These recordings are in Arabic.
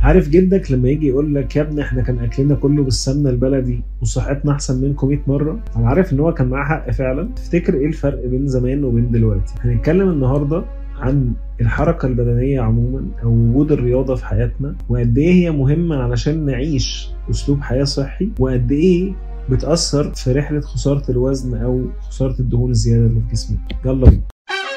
عارف جدك لما يجي يقول لك يا ابني احنا كان اكلنا كله بالسمنه البلدي وصحتنا احسن منكم 100 مره، انا عارف ان هو كان معاه حق فعلا. تفتكر ايه الفرق بين زمان وبين دلوقتي؟ هنتكلم النهارده عن الحركه البدنيه عموما او وجود الرياضه في حياتنا، وقد ايه هي مهمه علشان نعيش اسلوب حياه صحي، وقد ايه بتاثر في رحله خساره الوزن او خساره الدهون الزياده اللي في جسمنا. يلا بينا.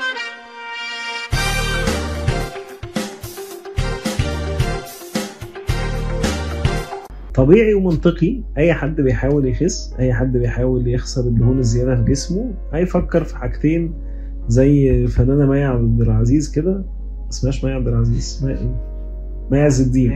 طبيعي ومنطقي اي حد بيحاول يخس، اي حد بيحاول يخسر الدهون الزياده في جسمه هيفكر في حاجتين، زي الفنانه مي عبد العزيز كده. اسمهاش مي عبد العزيز، مي عز الدين.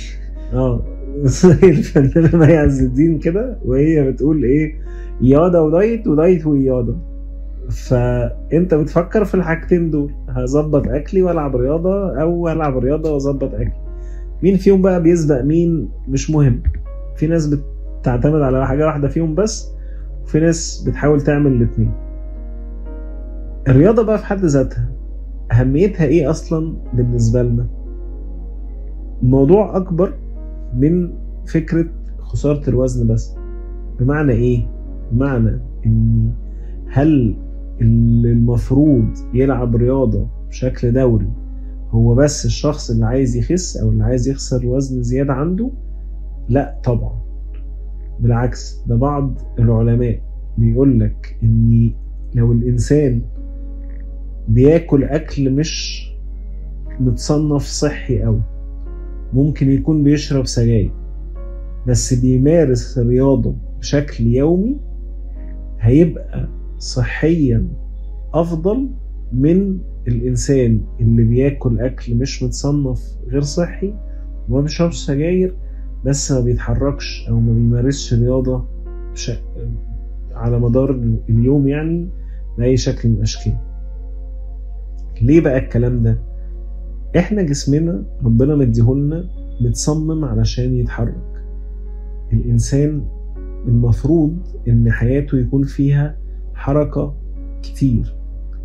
زي الفنانه مي عز الدين كده، وهي بتقول ايه؟ رياضه ودايت، ودايت ورياضه. فانت بتفكر في الحاجتين دول، هظبط اكلي والعب رياضه، او العب رياضه واظبط اكلي. مين فيهم بقى بيسبق مين مش مهم. في ناس بتعتمد على حاجة واحدة فيهم بس، وفي ناس بتحاول تعمل الاتنين. الرياضة بقى في حد ذاتها أهميتها إيه أصلا بالنسبة لنا؟ الموضوع أكبر من فكرة خسارة الوزن بس. بمعنى إيه؟ بمعنى إن هل المفروض يلعب رياضة بشكل دوري هو بس الشخص اللي عايز يخس او اللي عايز يخسر وزن زيادة عنده؟ لا طبعا، بالعكس. ده بعض العلماء بيقولك ان لو الانسان بياكل اكل مش متصنف صحي، او ممكن يكون بيشرب سجاير بس بيمارس الرياضة بشكل يومي، هيبقى صحيا افضل من الإنسان اللي بياكل أكل مش متصنف غير صحي وما بيشربش سجاير بس ما بيتحركش أو ما بيمارسش رياضة على مدار اليوم، يعني بأي شكل من الأشكال. ليه بقى الكلام ده؟ إحنا جسمنا ربنا مديهولنا متصمم علشان يتحرك. الإنسان المفروض إن حياته يكون فيها حركة كتير.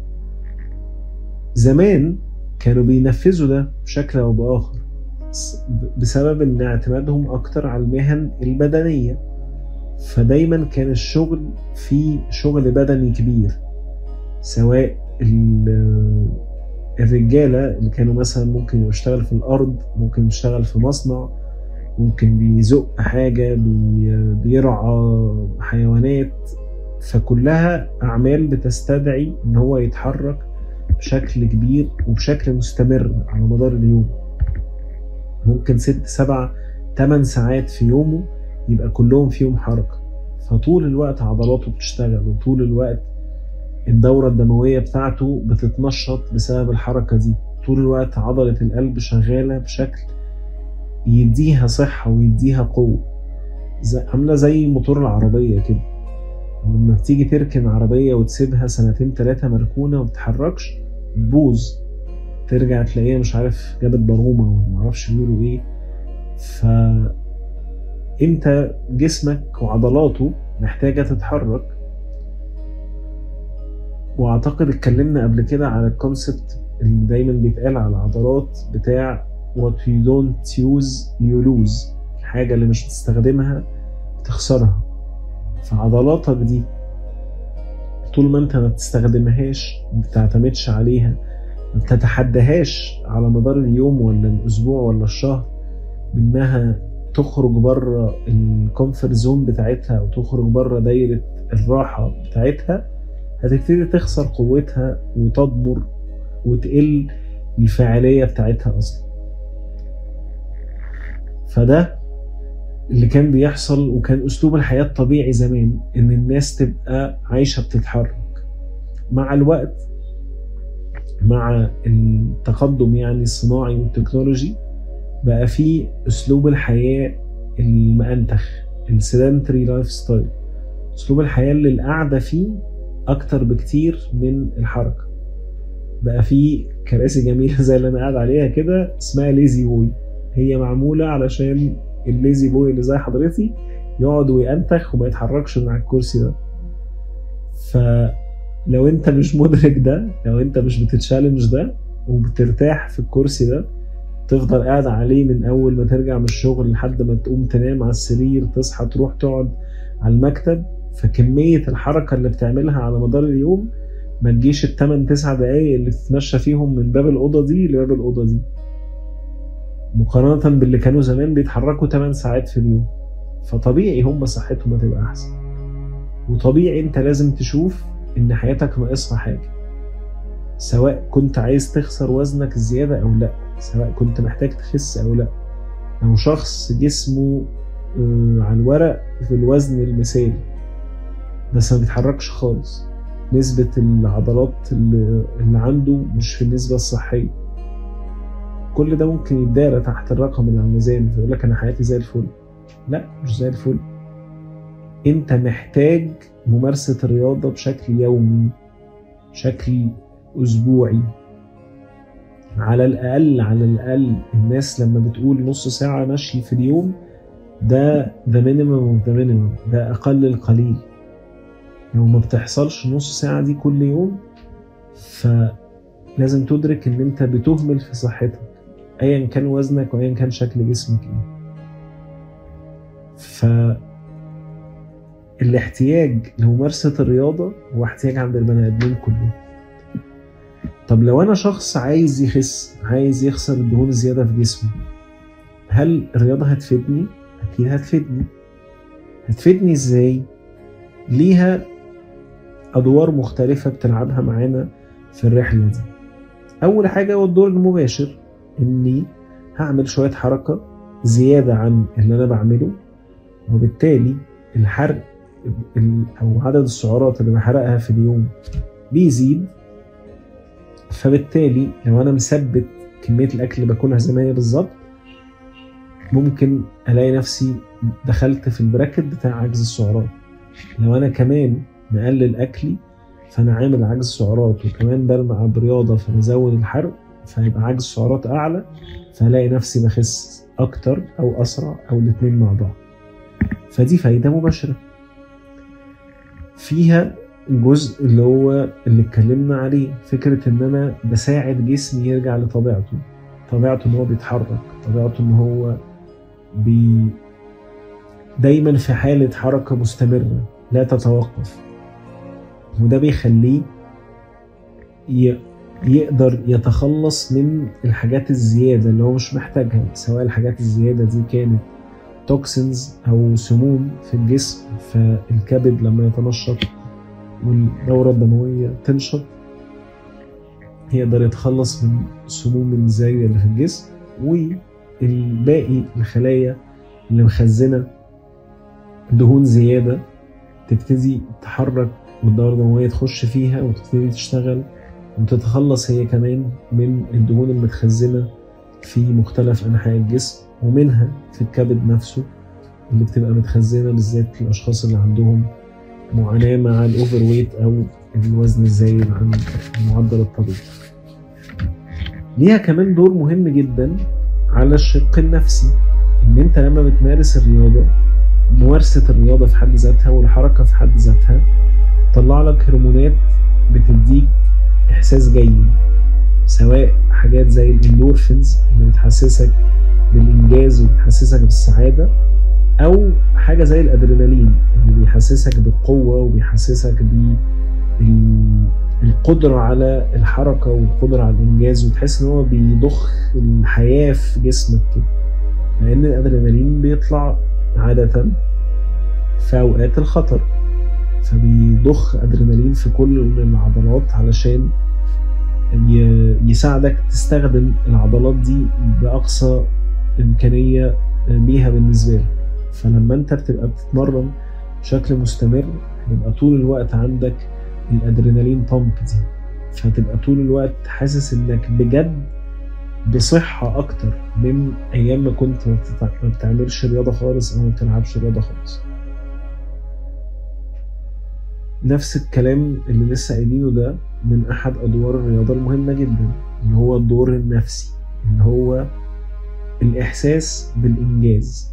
زمان كانوا بينفذوا ده بشكل أو بآخر بسبب ان اعتمادهم أكتر على المهن البدنية، فدايما كان الشغل فيه شغل بدني كبير، سواء الرجالة اللي كانوا مثلا ممكن يشتغل في الأرض، ممكن يشتغل في مصنع، ممكن بيزق حاجة، بيرعى حيوانات، فكلها أعمال بتستدعي ان هو يتحرك بشكل كبير وبشكل مستمر على مدار اليوم. ممكن 6 7 8 ساعات في يومه يبقى كلهم فيهم حركة، فطول الوقت عضلاته بتشتغل، وطول الوقت الدورة الدموية بتاعته بتتنشط بسبب الحركة دي، طول الوقت عضلة القلب شغالة بشكل يديها صحة ويديها قوة، عاملة زي موتور العربية كده. لما بتيجي تركن عربية وتسيبها 2 3 مركونة ومتتحركش تبوظ، ترجع تلاقيها مش عارف جابت برومة ولا معرفش بيقولوا ايه. فانت جسمك وعضلاته محتاجة تتحرك. واعتقد اتكلمنا قبل كده على الكونسبت اللي دايما بيتقال على العضلات بتاع what you don't use you lose، الحاجة اللي مش بتستخدمها بتخسرها. فعضلاتك دي طول ما انت ما بتستخدمهاش، ما بتعتمدش عليها، ما بتتحدهاش على مدار اليوم ولا الاسبوع ولا الشهر بانها تخرج بره الكومفورت زون بتاعتها او تخرج بره دايرة الراحة بتاعتها، هتبتدي تخسر قوتها وتضمر وتقل الفاعلية بتاعتها اصلا. فده اللي كان بيحصل، وكان اسلوب الحياة الطبيعي زمان ان الناس تبقى عايشة بتتحرك. مع الوقت، مع التقدم يعني الصناعي والتكنولوجي، بقى فيه اسلوب الحياة المأنتخ، السيدنتري لايف ستايل، اسلوب الحياة اللي القعدة فيه اكتر بكتير من الحركة. بقى فيه كراسي جميلة زي اللي انا قاعد عليها كده اسمها ليزي بوي، هي معمولة علشان الليزي بوي اللي زي حضرتي يقعد ويأنتخ وما يتحركش من على الكرسي ده. فلو انت مش مدرك ده، لو انت مش بتتشالنج ده وبترتاح في الكرسي ده، تفضل قاعد عليه من اول ما ترجع من الشغل لحد ما تقوم تنام على السرير، تصحى تروح تقعد على المكتب. فكمية الحركة اللي بتعملها على مدار اليوم ما تجيش ال8-9 دقايق اللي تتمشى فيهم من باب الأوضة دي لباب الأوضة دي، مقارنة باللي كانوا زمان بيتحركوا 8 ساعات في اليوم. فطبيعي هم صحتهم هتبقى أحسن، وطبيعي انت لازم تشوف ان حياتك ناقصها حاجة، سواء كنت عايز تخسر وزنك زيادة او لا، سواء كنت محتاج تخس او لا. لو شخص جسمه على الورق في الوزن المثالي بس ما بيتحركش خالص، نسبة العضلات اللي عنده مش في النسبة الصحية، كل ده ممكن يتدارى تحت الرقم اللي على الميزان فيقول لك انا حياتي زي الفل. لا، مش زي الفل. انت محتاج ممارسة الرياضة بشكل يومي، بشكل اسبوعي، على الاقل الناس لما بتقول نص ساعة مشي في اليوم ده the minimum of the minimum، ده اقل القليل. لو ما بتحصلش نص ساعة دي كل يوم فلازم تدرك ان انت بتهمل في صحتك، ايا كان وزنك وايا كان شكل جسمك ايه. الاحتياج لممارسة الرياضة هو احتياج عند البني ادمين كلهم. طب لو انا شخص عايز يخس، عايز يخسر الدهون الزيادة في جسمه، هل الرياضة هتفيدني؟ اكيد هتفيدني. هتفيدني ازاي؟ ليها ادوار مختلفة بتلعبها معانا في الرحلة دي. اول حاجة هو الدور المباشر، اني هعمل شوية حركة زيادة عن اللي انا بعمله، وبالتالي الحرق او عدد السعرات اللي بحرقها في اليوم بيزيد. فبالتالي لو انا مثبت كمية الاكل اللي باكلها زي ما هي بالظبط، ممكن الاقي نفسي دخلت في البراكت بتاع عجز السعرات. لو انا كمان مقلل اكلي فانا عامل عجز سعرات، وكمان بلمع برياضة فنزود الحرق، فيبقى عجز السعرات اعلى، فلاقي نفسي بخس اكتر او اسرع او الاتنين مع بعض. فدي فايدة مباشرة. فيها الجزء اللي هو اللي اتكلمنا عليه، فكرة ان انا بساعد جسمي يرجع لطبيعته، طبيعته ان هو بيتحرك، طبيعته ان هو دايما في حالة حركة مستمرة لا تتوقف، وده بيخليه يقدر يتخلص من الحاجات الزيادة اللي هو مش محتاجها، سواء الحاجات الزيادة دي كانت توكسينز أو سموم في الجسم، فالكبد لما يتنشط والدورة الدموية تنشط يقدر يتخلص من السموم الزايدة اللي في الجسم، والباقي الخلايا اللي مخزنة دهون زيادة تبتدي تتحرك والدورة الدموية تخش فيها وتبتدي تشتغل وتتخلص هي كمان من الدهون المتخزنة في مختلف أنحاء الجسم، ومنها في الكبد نفسه اللي بتبقى متخزنة بالذات الأشخاص اللي عندهم معاناة مع الأوفر ويت أو الوزن الزايد عن المعدل الطبيعي. ليها كمان دور مهم جدا على الشق النفسي، إن أنت لما بتمارس الرياضة، ممارسة الرياضة في حد ذاتها والحركة في حد ذاتها طلع لك هرمونات بتديك إحساس جيد، سواء حاجات زي الإندورفينز اللي بتحسسك بالإنجاز وبتحسسك بالسعادة، أو حاجة زي الأدرينالين اللي بيحسسك بالقوة وبيحسسك بالقدرة على الحركة والقدرة على الإنجاز، وتحس إن هو بيضخ الحياة في جسمك كده، لأن الأدرينالين بيطلع عادة في أوقات الخطر، فبيضخ أدرينالين في كل العضلات علشان يساعدك تستخدم العضلات دي بأقصى إمكانية ليها بالنسبة لك. فلما أنت بتبقى بتتمرن بشكل مستمر يبقى طول الوقت عندك الأدرينالين بامب دي، فتبقى طول الوقت حاسس إنك بجد بصحة أكتر من أيام ما كنت ما بتعملش رياضة خالص أو ما بتلعبش رياضة خالص. نفس الكلام اللي لسه قايلينه ده من أحد أدوار الرياضة المهمة جدا، اللي هو الدور النفسي، اللي هو الإحساس بالإنجاز.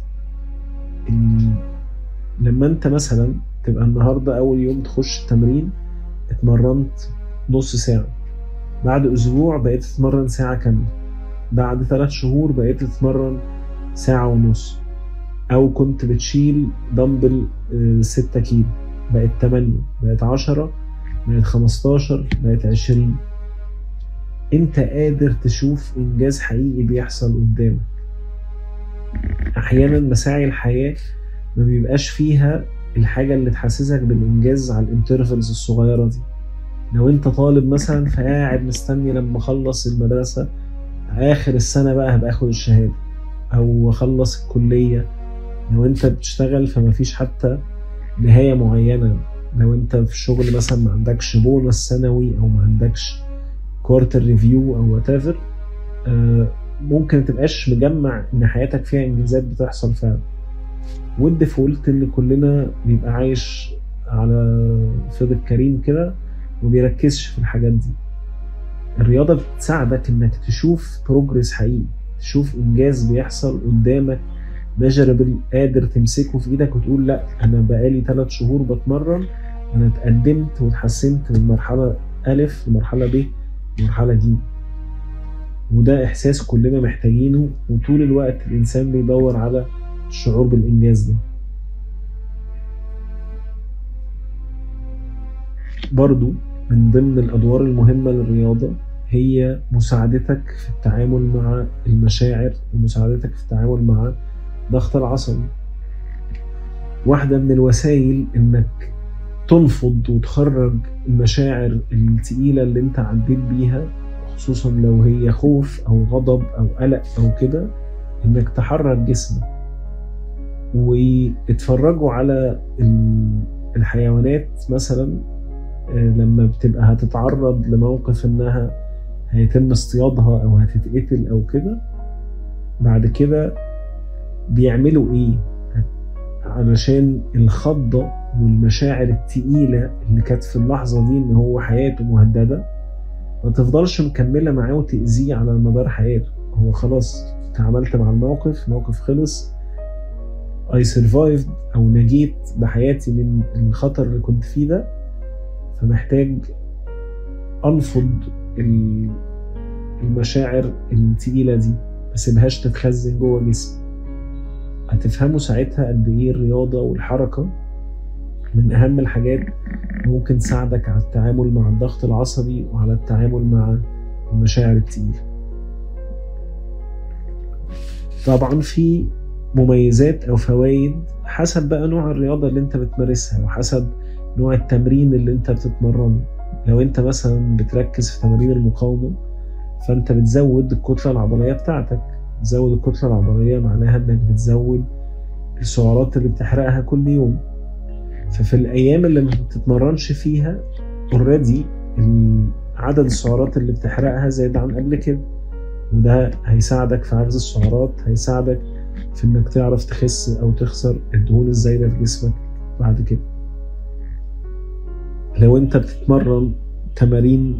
لما أنت مثلا تبقى النهاردة أول يوم تخش التمرين اتمرنت نص ساعة، بعد أسبوع بقيت تتمرن ساعة كاملة، بعد 3 شهور بقيت تتمرن 1.5 ساعة، او كنت بتشيل دمبل 6 كيلو بقت 8، بقت 10، بقت 15، بقت 20. انت قادر تشوف انجاز حقيقي بيحصل قدامك. احيانا مساعي الحياة ما بيبقاش فيها الحاجة اللي تحسسك بالانجاز على الانترفلز الصغيرة دي. لو انت طالب مثلا فقاعد مستني لما اخلص المدرسة اخر السنة بقى هبقى اخد الشهادة، او اخلص الكلية. لو انت بتشتغل فما فيش حتى نهاية معينة. لو انت في الشغل مثلا ما عندكش بونص سنوي، او ما عندكش كوارتر ريفيو او whatever، ممكن تبقاش مجمع ان حياتك فيها انجازات بتحصل فعلا. والديفولت ان كلنا بيبقى عايش على فيض الكريم كده وبيركزش في الحاجات دي. الرياضة بتساعدك انك تشوف بروجرس حقيقي، تشوف انجاز بيحصل قدامك ميجربل، قادر تمسكه في ايدك وتقول لا انا بقالي 3 شهور بتمرن، انا اتقدمت واتحسنت من مرحلة ألف لمرحلة ب لمرحلة ج. وده احساس كلنا محتاجينه، وطول الوقت الانسان بيدور على الشعور بالانجاز ده. برضو من ضمن الادوار المهمة للرياضة هي مساعدتك في التعامل مع المشاعر، ومساعدتك في التعامل مع ضغط العصبي. واحدة من الوسائل انك تنفض وتخرج المشاعر التقيلة اللي انت عديت بيها، خصوصا لو هي خوف او غضب او قلق او كده، انك تحرك جسمك. واتفرجوا على الحيوانات مثلا لما بتبقى هتتعرض لموقف انها هيتم اصطيادها او هتتقتل او كده، بعد كده بيعملوا ايه علشان الخضة والمشاعر التقيلة اللي كانت في اللحظة دي ان هو حياته مهددة ما تفضلش مكملة معاه وتأذيه على مدار حياته. هو خلاص تعاملت مع الموقف خلص، I survived او نجيت بحياتي من الخطر اللي كنت فيه ده، فمحتاج انفض المشاعر التقيلة دي، ما سيبهاش تتخزن جوه جسمي. هتفهموا ساعتها قد ايه الرياضة والحركة من اهم الحاجات ممكن تساعدك على التعامل مع الضغط العصبي وعلى التعامل مع المشاعر التقيلة. طبعا في مميزات او فوائد حسب بقى نوع الرياضة اللي انت بتمارسها وحسب نوع التمرين اللي انت بتتمرنه. لو انت مثلا بتركز في تمارين المقاومة فانت بتزود الكتلة العضلية بتاعتك. تزود الكتلة العضلية معناها انك بتزود السعرات اللي بتحرقها كل يوم. ففي الايام اللي ما بتتمرنش فيها اوريدي عدد السعرات اللي بتحرقها زاد عن قبل كده، وده هيساعدك في حفظ السعرات، هيساعدك في انك تعرف تخس او تخسر الدهون الزايدة في جسمك بعد كده. لو انت بتتمرن تمارين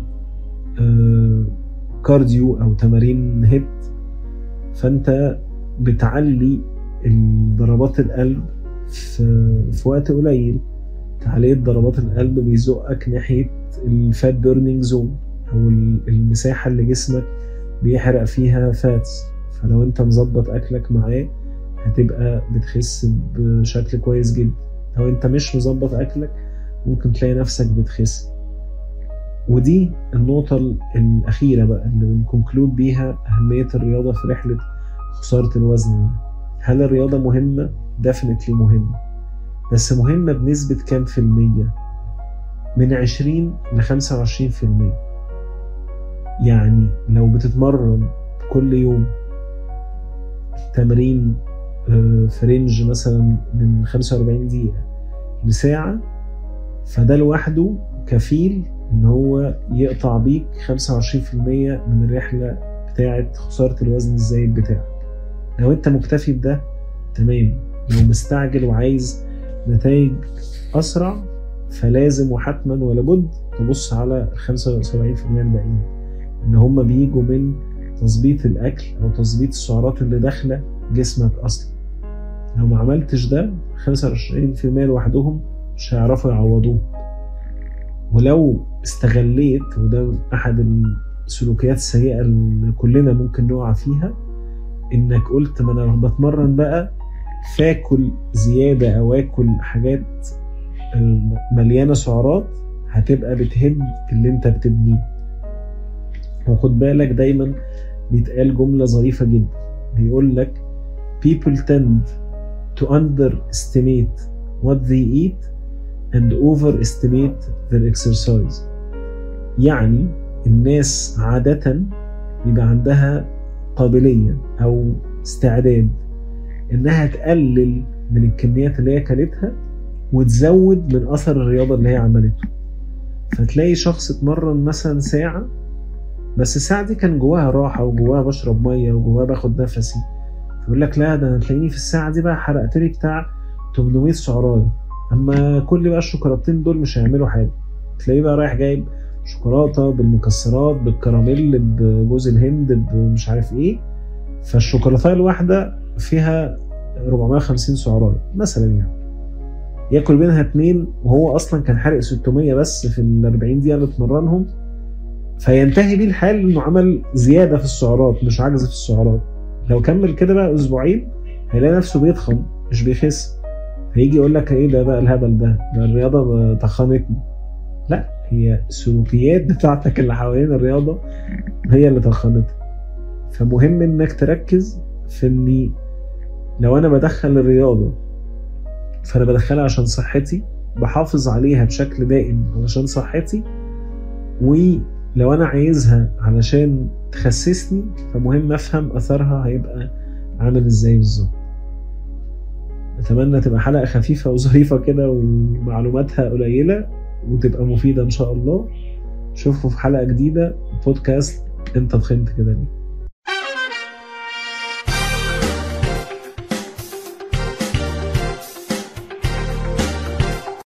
كارديو او تمارين هيت، فانت بتعلي ضربات القلب في وقت قليل. تعلية ضربات القلب بيزقك ناحية الفات بيرنينج زون، او المساحة اللي جسمك بيحرق فيها فاتس. فلو انت مظبط اكلك معاه هتبقى بتخس بشكل كويس جدا. لو انت مش مظبط اكلك ممكن تلاقي نفسك بتخس. ودي النقطة الأخيرة بقى اللي بنكونكلود بيها أهمية الرياضة في رحلة خسارة الوزن. هل الرياضة مهمة؟ definitely مهمة، بس مهمة بنسبة كام في المية؟ من 20 ل 25%. يعني لو بتتمرن كل يوم تمرين في رينج مثلا من 45 دقيقة لساعة، فده لوحده كفيل ان هو يقطع بيك 25% من الرحلة بتاعة خسارة الوزن الزايد بتاعك. لو انت مكتفي بده تمام. لو مستعجل وعايز نتائج اسرع فلازم وحتما ولابد تبص على 75% الباقيين اللي هم بيجوا من تظبيط الاكل او تظبيط السعرات اللي داخله جسمك اصلا. لو ما عملتش ده 25% لوحدهم مش هيعرفوا يعوضوه. ولو استغليت، وده احد السلوكيات السيئة اللي كلنا ممكن نقع فيها، انك قلت ما انا بتمرن بقى فاكل زيادة او اكل حاجات مليانة سعرات هتبقى بتهد اللي انت بتبنيه. وخد بالك دايما بيتقال جملة ظريفة جدا، بيقول لك people tend to underestimate what they eat and overestimate their exercise. يعني الناس عادة بيبقى عندها قابلية أو استعداد إنها تقلل من الكميات اللي هي كلتها وتزود من أثر الرياضة اللي هي عملته. فتلاقي شخص اتمرن مثلا ساعة، بس الساعة دي كان جواها راحة وجواها بشرب مية وجواها باخد نفسي، فيقول لك لا ده أنا تلاقيني في الساعة دي بقى حرقت لي بتاع 800 سعرات، أما كل بقى الشوكولاتين دول مش هيعملوا حاجة. تلاقيه بقى رايح جايب شوكولاتة بالمكسرات بالكراميل بجوز الهند بمش عارف ايه، فالشوكولاتة الواحدة فيها 450 سعرات مثلا، يعني ياكل منها 2 وهو اصلا كان حارق 600 بس في ال 40 دقيقة اللي اتمرنهم، فينتهي بيه الحال انه عمل زيادة في السعرات مش عجز في السعرات. لو كمل كده بقى اسبوعين هيلاقي نفسه بيتخن مش بيخس، هيجي يقول لك ايه ده بقى الهبل ده الرياضة تخنتني. لا، هي السلوكيات بتاعتك اللي حوالين الرياضة هي اللي تخنتها. فمهم انك تركز في اني لو انا بدخل الرياضة فانا بدخلها عشان صحتي، بحافظ عليها بشكل دائم علشان صحتي، ولو انا عايزها علشان تخسسني فمهم افهم اثرها هيبقى عامل ازاي بالظبط. اتمنى تبقى حلقة خفيفة وظريفة كده ومعلوماتها قليلة وتبقى مفيدة ان شاء الله. اشوفكم في حلقة جديدة بودكاست انت تخنت كده ليه.